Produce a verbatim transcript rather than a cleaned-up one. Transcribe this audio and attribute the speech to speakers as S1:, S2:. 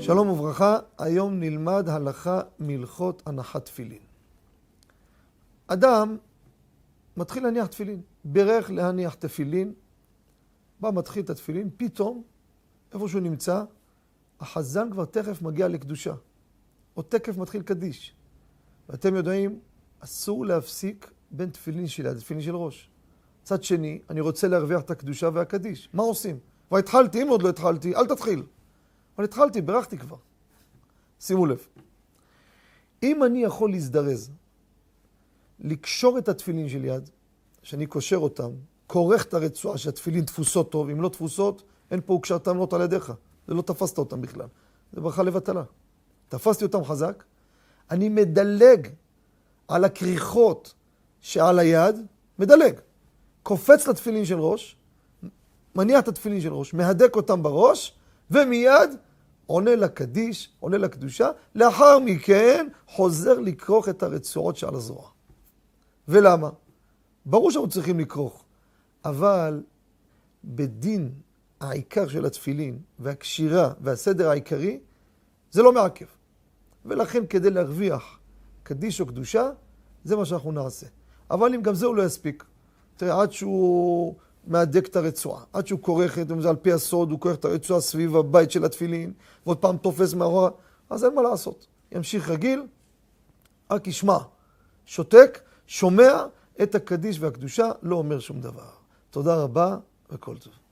S1: שלום וברכה, היום נלמד הלכה מהלכות הנחת תפילין. אדם מתחיל להניח תפילין, בירך להניח תפילין, בא מתחיל את התפילין, פתאום, איפה שהוא נמצא, החזן כבר תכף מגיע לקדושה, או תכף מתחיל קדיש. ואתם יודעים, אסור להפסיק בין תפילין שלי עד תפילין של ראש. צד שני, אני רוצה להרוויח את הקדושה והקדיש. מה עושים? כבר התחלתי, אם עוד לא התחלתי, אל תתחיל. אבל התחלתי, ברכתי כבר. שימו לב. אם אני יכול להזדרז, לקשור את התפילין של יד, שאני קושר אותם, כורך את הרצועה שהתפילין תפוסות טוב, אם לא תפוסות, אין פה וקשרתם לא על ידיך. זה לא תפסת אותם בכלל. זה ברכה לבטלה. תפסתי אותם חזק, אני מדלג על הכריכות שעל היד, מדלג. קופץ לתפילין של ראש, מניח את התפילין של ראש, מהדק אותם בראש, ומיד עונה לקדיש, עונה לקדושה, לאחר מכן חוזר לקרוך את הרצועות שעל הזרוע. ולמה? ברור שאנחנו צריכים לקרוך, אבל בדין העיקר של התפילין והקשירה והסדר העיקרי, זה לא מעכב. ולכן כדי להרוויח קדיש או קדושה, זה מה שאנחנו נעשה. אבל אם גם זה הוא לא יספיק, תראה, עד שהוא מהדק את הרצועה, עד שהוא כורך, אם זה על פי הסוד, הוא כורך את הרצועה סביב הבית של התפילין, ועוד פעם תופס מאחורה, אז אין מה לעשות. ימשיך רגיל, רק ישמע, שותק, שומע את הקדיש והקדושה, לא אומר שום דבר. תודה רבה וכל טוב.